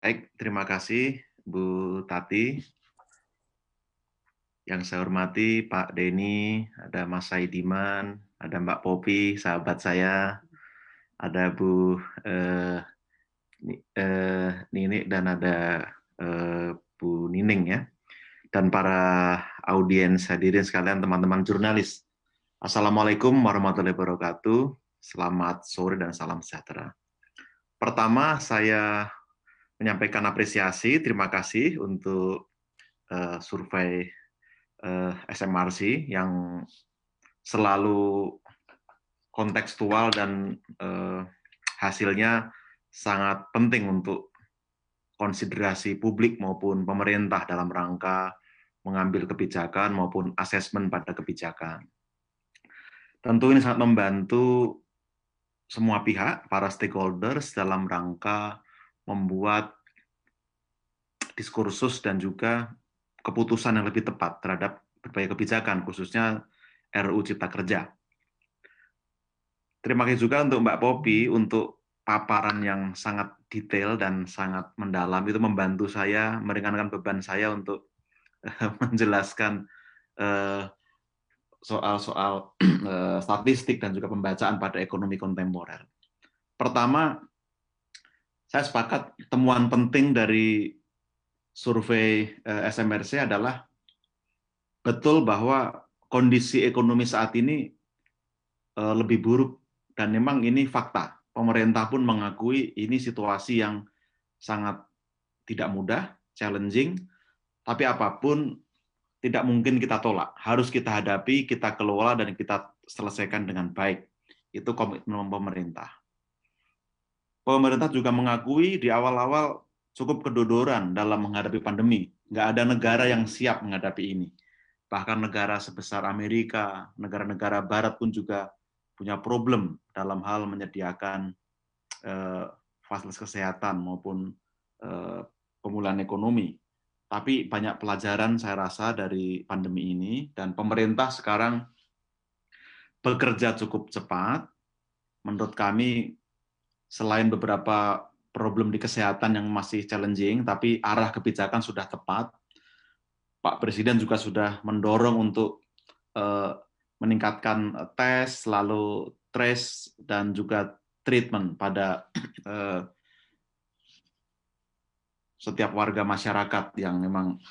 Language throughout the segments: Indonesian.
Baik, terima kasih Bu Tati. Yang saya hormati Pak Denny, ada Mas Saidiman, ada Mbak Popi, sahabat saya, ada Bu Nini, dan ada Bu Nining ya. Dan para audiens hadirin sekalian, teman-teman jurnalis. Assalamualaikum warahmatullahi wabarakatuh. Selamat sore dan salam sejahtera. Pertama, saya menyampaikan apresiasi, terima kasih untuk survei SMRC yang selalu kontekstual dan hasilnya sangat penting untuk konsiderasi publik maupun pemerintah dalam rangka mengambil kebijakan maupun asesmen pada kebijakan. Tentu ini sangat membantu semua pihak, para stakeholders dalam rangka membuat diskursus dan juga keputusan yang lebih tepat terhadap berbagai kebijakan, khususnya RUU Cipta Kerja. Terima kasih juga untuk Mbak Popi untuk paparan yang sangat detail dan sangat mendalam. Itu membantu saya, meringankan beban saya untuk menjelaskan soal-soal statistik dan juga pembacaan pada ekonomi kontemporer. Pertama, saya sepakat temuan penting dari survei SMRC adalah betul bahwa kondisi ekonomi saat ini lebih buruk dan memang ini fakta. Pemerintah pun mengakui ini situasi yang sangat tidak mudah, challenging, tapi apapun tidak mungkin kita tolak. Harus kita hadapi, kita kelola, dan kita selesaikan dengan baik. Itu komitmen pemerintah. Pemerintah juga mengakui di awal-awal cukup kedodoran dalam menghadapi pandemi. Nggak ada negara yang siap menghadapi ini. Bahkan negara sebesar Amerika, negara-negara Barat pun juga punya problem dalam hal menyediakan fasilitas kesehatan maupun pemulihan ekonomi. Tapi banyak pelajaran saya rasa dari pandemi ini, dan pemerintah sekarang bekerja cukup cepat. Menurut kami, selain beberapa problem di kesehatan yang masih challenging, tapi arah kebijakan sudah tepat. Pak Presiden juga sudah mendorong untuk meningkatkan tes, lalu trace, dan juga treatment pada setiap warga masyarakat yang memang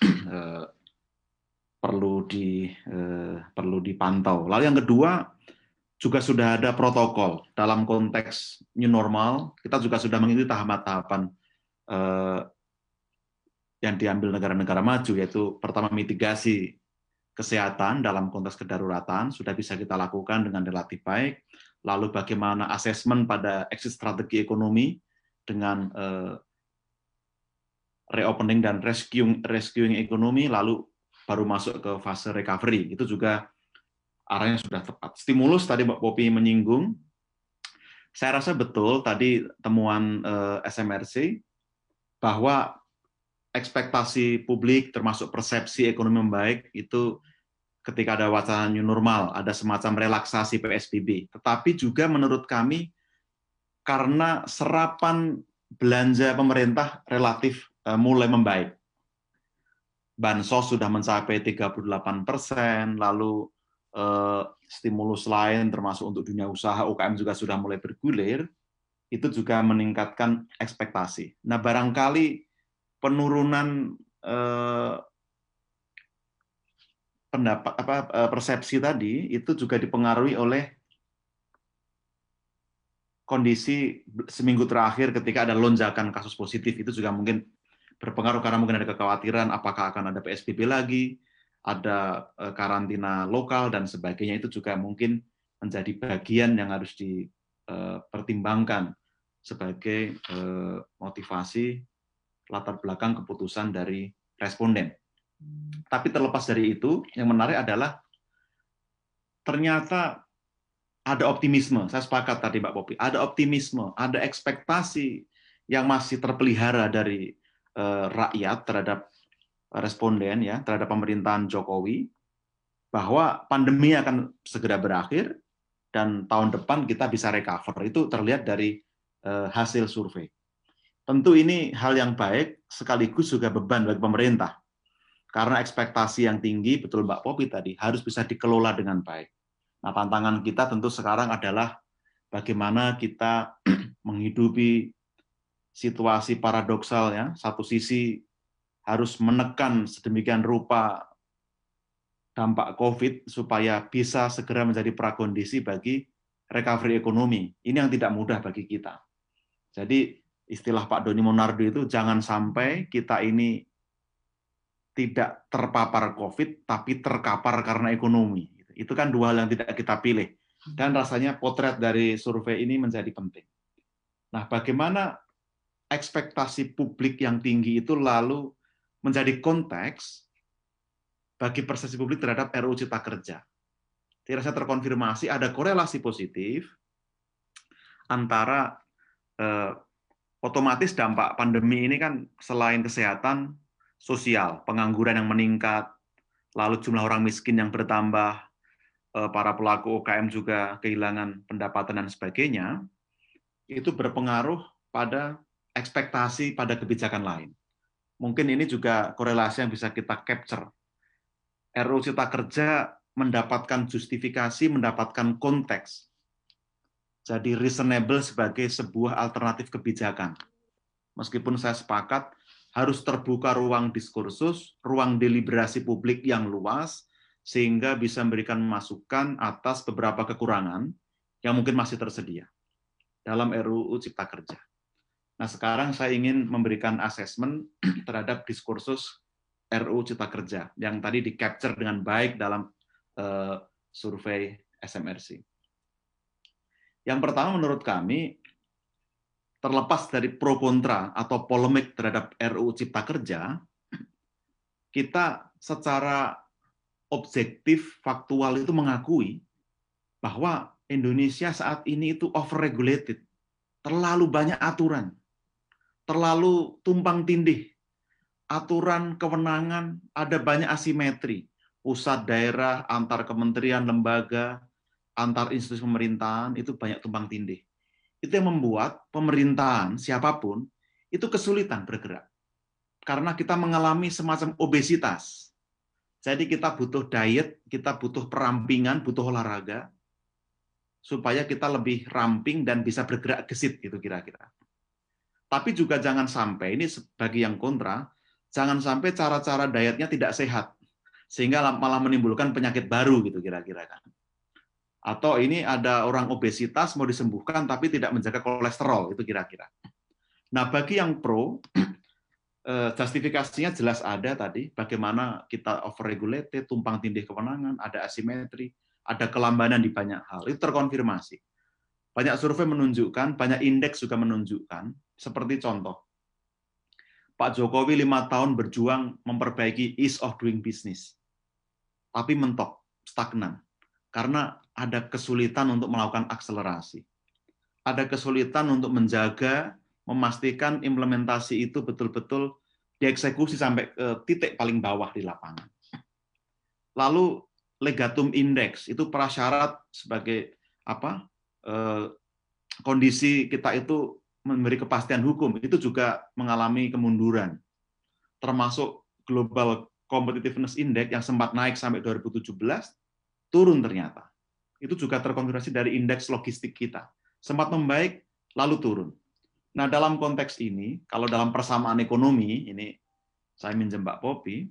perlu dipantau. Lalu yang kedua, juga sudah ada protokol dalam konteks new normal. Kita juga sudah mengikuti tahapan-tahapan yang diambil negara-negara maju, yaitu pertama mitigasi kesehatan dalam konteks kedaruratan sudah bisa kita lakukan dengan relatif baik. Lalu bagaimana asesmen pada exit strategi ekonomi dengan reopening dan rescuing ekonomi, lalu baru masuk ke fase recovery. Itu juga arahnya sudah tepat. Stimulus tadi Mbak Popi menyinggung, saya rasa betul tadi temuan SMRC bahwa ekspektasi publik termasuk persepsi ekonomi membaik itu ketika ada wacana new normal, ada semacam relaksasi PSBB. Tetapi juga menurut kami karena serapan belanja pemerintah relatif mulai membaik. Bansos sudah mencapai 38%, lalu stimulus lain termasuk untuk dunia usaha, UKM juga sudah mulai bergulir, itu juga meningkatkan ekspektasi. Nah, barangkali penurunan persepsi tadi itu juga dipengaruhi oleh kondisi seminggu terakhir ketika ada lonjakan kasus positif. Itu juga mungkin berpengaruh karena mungkin ada kekhawatiran apakah akan ada PSBB lagi, ada karantina lokal dan sebagainya. Itu juga mungkin menjadi bagian yang harus dipertimbangkan sebagai motivasi latar belakang keputusan dari responden. Tapi terlepas dari itu, yang menarik adalah ternyata ada optimisme. Saya sepakat tadi Mbak Popi, ada optimisme, ada ekspektasi yang masih terpelihara dari rakyat terhadap responden, ya, terhadap pemerintahan Jokowi, bahwa pandemi akan segera berakhir dan tahun depan kita bisa recover. Itu terlihat dari hasil survei. Tentu ini hal yang baik, sekaligus juga beban bagi pemerintah. Karena ekspektasi yang tinggi, betul Mbak Popi tadi, harus bisa dikelola dengan baik. Nah, tantangan kita tentu sekarang adalah bagaimana kita menghidupi situasi paradoksal ya. Satu sisi harus menekan sedemikian rupa dampak COVID supaya bisa segera menjadi prakondisi bagi recovery ekonomi. Ini yang tidak mudah bagi kita. Jadi istilah Pak Doni Monardo itu jangan sampai kita ini tidak terpapar COVID, tapi terkapar karena ekonomi. Itu kan dua hal yang tidak kita pilih. Dan rasanya potret dari survei ini menjadi penting. Nah, bagaimana ekspektasi publik yang tinggi itu lalu menjadi konteks bagi persepsi publik terhadap RUU Cipta Kerja. Saya terkonfirmasi ada korelasi positif antara otomatis dampak pandemi ini kan selain kesehatan, sosial, pengangguran yang meningkat, lalu jumlah orang miskin yang bertambah, para pelaku UKM juga kehilangan pendapatan dan sebagainya, itu berpengaruh pada ekspektasi pada kebijakan lain. Mungkin ini juga korelasi yang bisa kita capture. RUU Cipta Kerja mendapatkan justifikasi, mendapatkan konteks. Jadi reasonable sebagai sebuah alternatif kebijakan. Meskipun saya sepakat, harus terbuka ruang diskursus, ruang deliberasi publik yang luas, sehingga bisa memberikan masukan atas beberapa kekurangan yang mungkin masih tersedia dalam RUU Cipta Kerja. Nah, sekarang saya ingin memberikan asesmen terhadap diskursus RUU Cipta Kerja yang tadi di-capture dengan baik dalam survei SMRC. Yang pertama menurut kami, terlepas dari pro kontra atau polemik terhadap RUU Cipta Kerja, kita secara objektif, faktual itu mengakui bahwa Indonesia saat ini itu overregulated, terlalu banyak aturan, terlalu tumpang tindih, aturan kewenangan, ada banyak asimetri, pusat daerah, antar kementerian, lembaga, antar institusi pemerintahan, itu banyak tumpang tindih. Itu yang membuat pemerintahan, siapapun, itu kesulitan bergerak. Karena kita mengalami semacam obesitas. Jadi kita butuh diet, kita butuh perampingan, butuh olahraga, supaya kita lebih ramping dan bisa bergerak gesit, gitu kira-kira. Tapi juga jangan sampai, ini bagi yang kontra, jangan sampai cara-cara dietnya tidak sehat, sehingga malah menimbulkan penyakit baru, gitu kira-kira kan. Atau ini ada orang obesitas mau disembuhkan tapi tidak menjaga kolesterol, itu kira-kira. Nah, bagi yang pro, justifikasinya jelas ada tadi, bagaimana kita overregulated, tumpang tindih kewenangan, ada asimetri, ada kelambanan di banyak hal, itu terkonfirmasi. Banyak survei menunjukkan, banyak indeks juga menunjukkan, seperti contoh, Pak Jokowi 5 tahun berjuang memperbaiki ease of doing business, tapi mentok, stagnan, karena ada kesulitan untuk melakukan akselerasi. Ada kesulitan untuk menjaga, memastikan implementasi itu betul-betul dieksekusi sampai ke titik paling bawah di lapangan. Lalu legatum index itu prasyarat sebagai apa? Kondisi kita itu memberi kepastian hukum, itu juga mengalami kemunduran. Termasuk Global Competitiveness Index yang sempat naik sampai 2017, turun ternyata. Itu juga terkonfirmasi dari indeks logistik kita. Sempat membaik, lalu turun. Nah, dalam konteks ini, kalau dalam persamaan ekonomi, ini saya minjem Mbak Popi,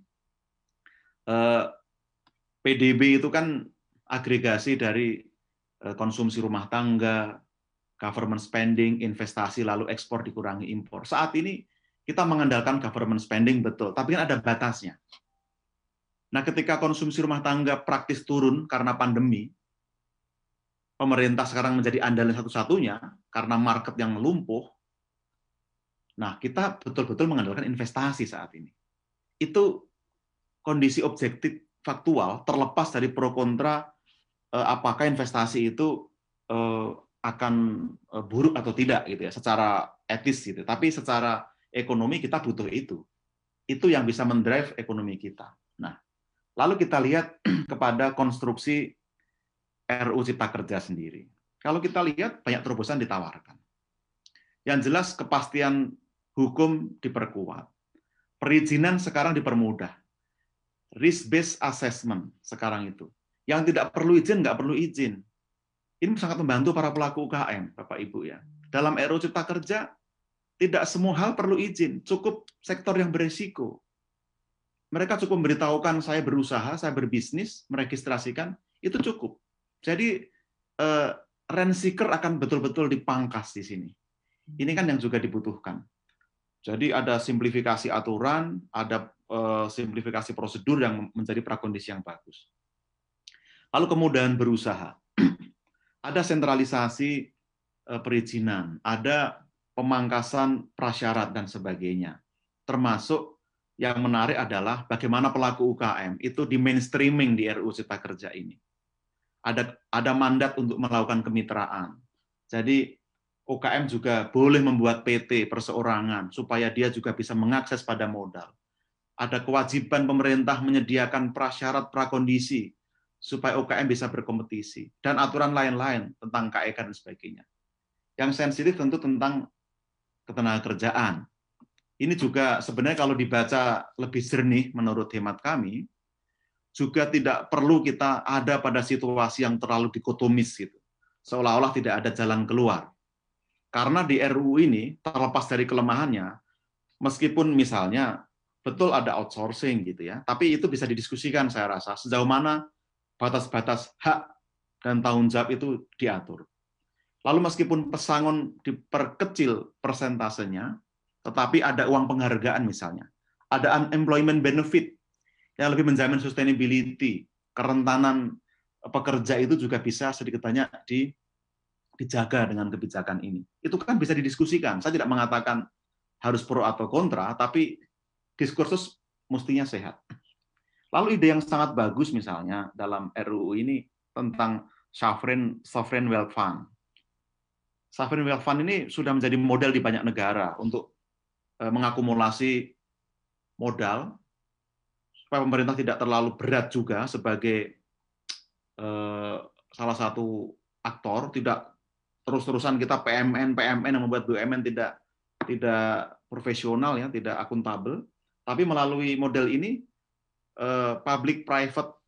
PDB itu kan agregasi dari konsumsi rumah tangga, government spending, investasi, lalu ekspor dikurangi impor. Saat ini kita mengandalkan government spending betul, tapi kan ada batasnya. Nah, ketika konsumsi rumah tangga praktis turun karena pandemi, pemerintah sekarang menjadi andalan satu-satunya karena market yang lumpuh. Nah, kita betul-betul mengandalkan investasi saat ini. Itu kondisi objektif faktual, terlepas dari pro kontra apakah investasi itu akan buruk atau tidak gitu ya, secara etis gitu. Tapi secara ekonomi kita butuh itu. Itu yang bisa mendrive ekonomi kita. Nah, lalu kita lihat kepada konstruksi RUU Cipta Kerja sendiri. Kalau kita lihat banyak terobosan ditawarkan. Yang jelas kepastian hukum diperkuat, perizinan sekarang dipermudah, risk-based assessment sekarang itu. Yang tidak perlu izin, nggak perlu izin. Ini sangat membantu para pelaku UKM, Bapak Ibu ya. Dalam RUU Cipta Kerja, tidak semua hal perlu izin, cukup sektor yang beresiko. Mereka cukup memberitahukan saya berusaha, saya berbisnis, meregistrasikan, itu cukup. Jadi rent seeker akan betul-betul dipangkas di sini. Ini kan yang juga dibutuhkan. Jadi ada simplifikasi aturan, ada simplifikasi prosedur yang menjadi prakondisi yang bagus. Lalu kemudahan berusaha. Ada sentralisasi perizinan, ada pemangkasan prasyarat dan sebagainya. Termasuk yang menarik adalah bagaimana pelaku UKM itu di mainstreaming di RUU Cipta Kerja ini. Ada mandat untuk melakukan kemitraan. Jadi UKM juga boleh membuat PT perseorangan supaya dia juga bisa mengakses pada modal. Ada kewajiban pemerintah menyediakan prasyarat prakondisi supaya UKM bisa berkompetisi, dan aturan lain-lain tentang KEK dan sebagainya. Yang sensitif tentu tentang ketenagakerjaan. Ini juga sebenarnya kalau dibaca lebih jernih menurut hemat kami, juga tidak perlu kita ada pada situasi yang terlalu dikotomis gitu. Seolah-olah tidak ada jalan keluar. Karena di RUU ini, terlepas dari kelemahannya, meskipun misalnya betul ada outsourcing gitu ya, tapi itu bisa didiskusikan saya rasa sejauh mana batas-batas hak dan tanggung jawab itu diatur. Lalu meskipun pesangon diperkecil persentasenya, tetapi ada uang penghargaan misalnya, ada unemployment benefit yang lebih menjamin sustainability, kerentanan pekerja itu juga bisa sedikit banyak dijaga dengan kebijakan ini. Itu kan bisa didiskusikan. Saya tidak mengatakan harus pro atau kontra, tapi diskursus mestinya sehat. Lalu ide yang sangat bagus misalnya dalam RUU ini tentang sovereign wealth fund. Sovereign wealth fund ini sudah menjadi model di banyak negara untuk mengakumulasi modal supaya pemerintah tidak terlalu berat juga sebagai salah satu aktor, tidak terus-terusan kita PMN yang membuat BUMN tidak profesional ya, tidak akuntabel, tapi melalui model ini public-private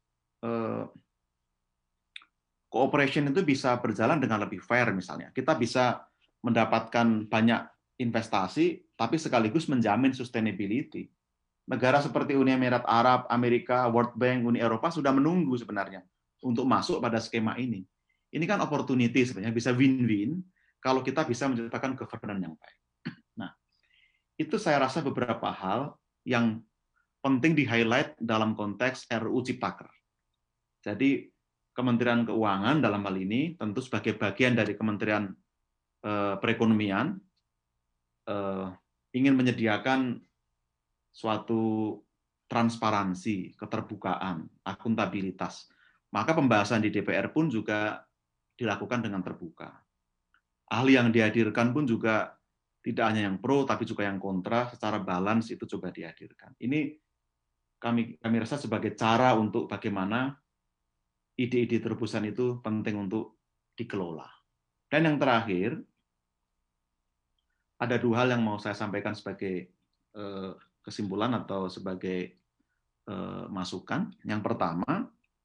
cooperation itu bisa berjalan dengan lebih fair misalnya. Kita bisa mendapatkan banyak investasi, tapi sekaligus menjamin sustainability. Negara seperti Uni Emirat Arab, Amerika, World Bank, Uni Eropa sudah menunggu sebenarnya untuk masuk pada skema ini. Ini kan opportunity sebenarnya, bisa win-win kalau kita bisa menciptakan governance yang baik. Nah, itu saya rasa beberapa hal yang penting di-highlight dalam konteks RUU Ciptaker. Jadi Kementerian Keuangan dalam hal ini tentu sebagai bagian dari Kementerian Perekonomian ingin menyediakan suatu transparansi, keterbukaan, akuntabilitas. Maka pembahasan di DPR pun juga dilakukan dengan terbuka. Ahli yang dihadirkan pun juga tidak hanya yang pro, tapi juga yang kontra, secara balance itu coba dihadirkan. Ini kami rasa sebagai cara untuk bagaimana ide-ide terobosan itu penting untuk dikelola. Dan yang terakhir, ada dua hal yang mau saya sampaikan sebagai kesimpulan atau sebagai masukan. Yang pertama,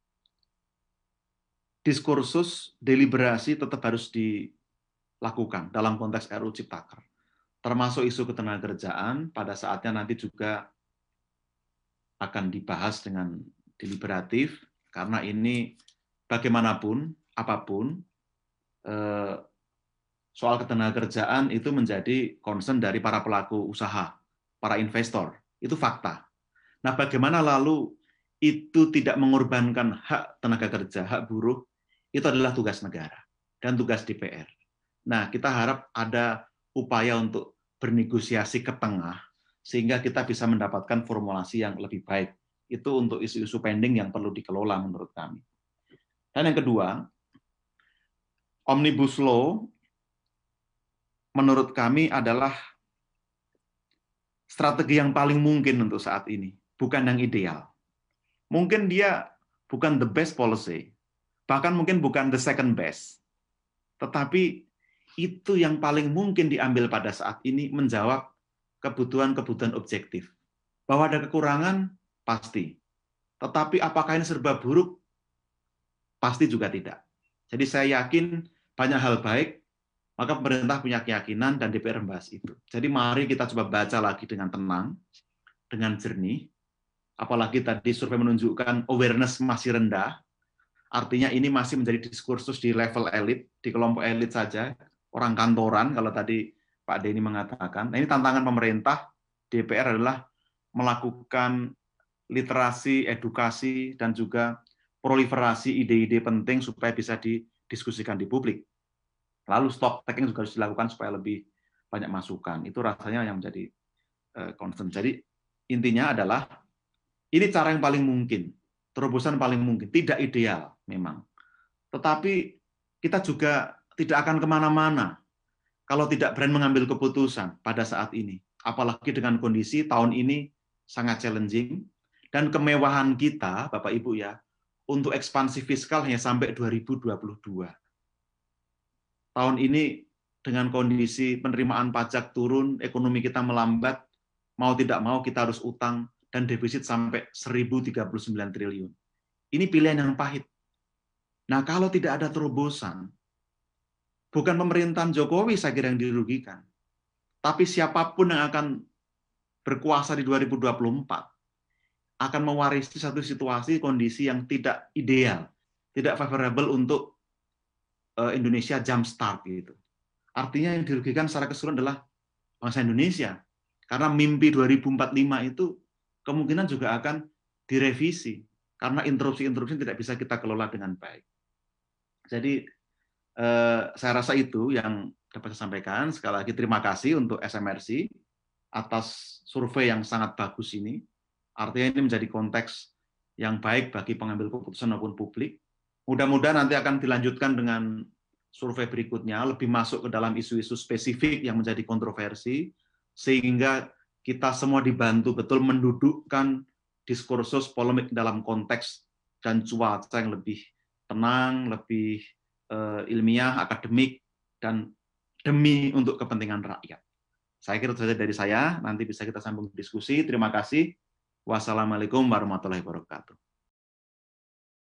diskursus deliberasi tetap harus dilakukan dalam konteks RUU Ciptaker. Termasuk isu ketenagakerjaan pada saatnya nanti juga akan dibahas dengan deliberatif, karena ini bagaimanapun, apapun, soal ketenagakerjaan itu menjadi concern dari para pelaku usaha, para investor. Itu fakta. Nah, bagaimana lalu itu tidak mengorbankan hak tenaga kerja, hak buruh, itu adalah tugas negara dan tugas DPR. Nah, kita harap ada upaya untuk bernegosiasi ke tengah, sehingga kita bisa mendapatkan formulasi yang lebih baik. Itu untuk isu-isu pending yang perlu dikelola menurut kami. Dan yang kedua, Omnibus Law menurut kami adalah strategi yang paling mungkin untuk saat ini, bukan yang ideal. Mungkin dia bukan the best policy, bahkan mungkin bukan the second best. Tetapi itu yang paling mungkin diambil pada saat ini menjawab kebutuhan-kebutuhan objektif. Bahwa ada kekurangan, pasti. Tetapi apakah ini serba buruk? Pasti juga tidak. Jadi saya yakin banyak hal baik, maka pemerintah punya keyakinan dan DPR membahas itu. Jadi mari kita coba baca lagi dengan tenang, dengan jernih. Apalagi tadi survei menunjukkan awareness masih rendah, artinya ini masih menjadi diskursus di level elit, di kelompok elit saja, orang kantoran, kalau tadi Pak Denny mengatakan. Nah, ini tantangan pemerintah, DPR adalah melakukan literasi, edukasi, dan juga proliferasi ide-ide penting supaya bisa didiskusikan di publik. Lalu stock taking juga harus dilakukan supaya lebih banyak masukan. Itu rasanya yang menjadi concern. Jadi intinya adalah ini cara yang paling mungkin, terobosan paling mungkin, tidak ideal memang. Tetapi kita juga tidak akan kemana-mana kalau tidak berani mengambil keputusan pada saat ini. Apalagi dengan kondisi tahun ini sangat challenging, dan kemewahan kita, Bapak Ibu ya, untuk ekspansi fiskal hanya sampai 2022. Tahun ini dengan kondisi penerimaan pajak turun, ekonomi kita melambat, mau tidak mau kita harus utang, dan defisit sampai 1.039 triliun. Ini pilihan yang pahit. Nah, kalau tidak ada terobosan, bukan pemerintahan Jokowi saya kira yang dirugikan, tapi siapapun yang akan berkuasa di 2024 akan mewarisi satu situasi kondisi yang tidak ideal, tidak favorable untuk Indonesia jumpstart gitu. Artinya yang dirugikan secara keseluruhan adalah bangsa Indonesia, karena mimpi 2045 itu kemungkinan juga akan direvisi karena interupsi-interupsi tidak bisa kita kelola dengan baik. Jadi saya rasa itu yang dapat saya sampaikan. Sekali lagi terima kasih untuk SMRC atas survei yang sangat bagus ini. Artinya ini menjadi konteks yang baik bagi pengambil keputusan maupun publik. Mudah-mudahan nanti akan dilanjutkan dengan survei berikutnya, lebih masuk ke dalam isu-isu spesifik yang menjadi kontroversi, sehingga kita semua dibantu betul mendudukkan diskursus polemik dalam konteks dan cuaca yang lebih tenang, lebih ilmiah, akademik, dan demi untuk kepentingan rakyat. Saya kira itu saja dari saya, nanti bisa kita sambung diskusi. Terima kasih. Wassalamualaikum warahmatullahi wabarakatuh.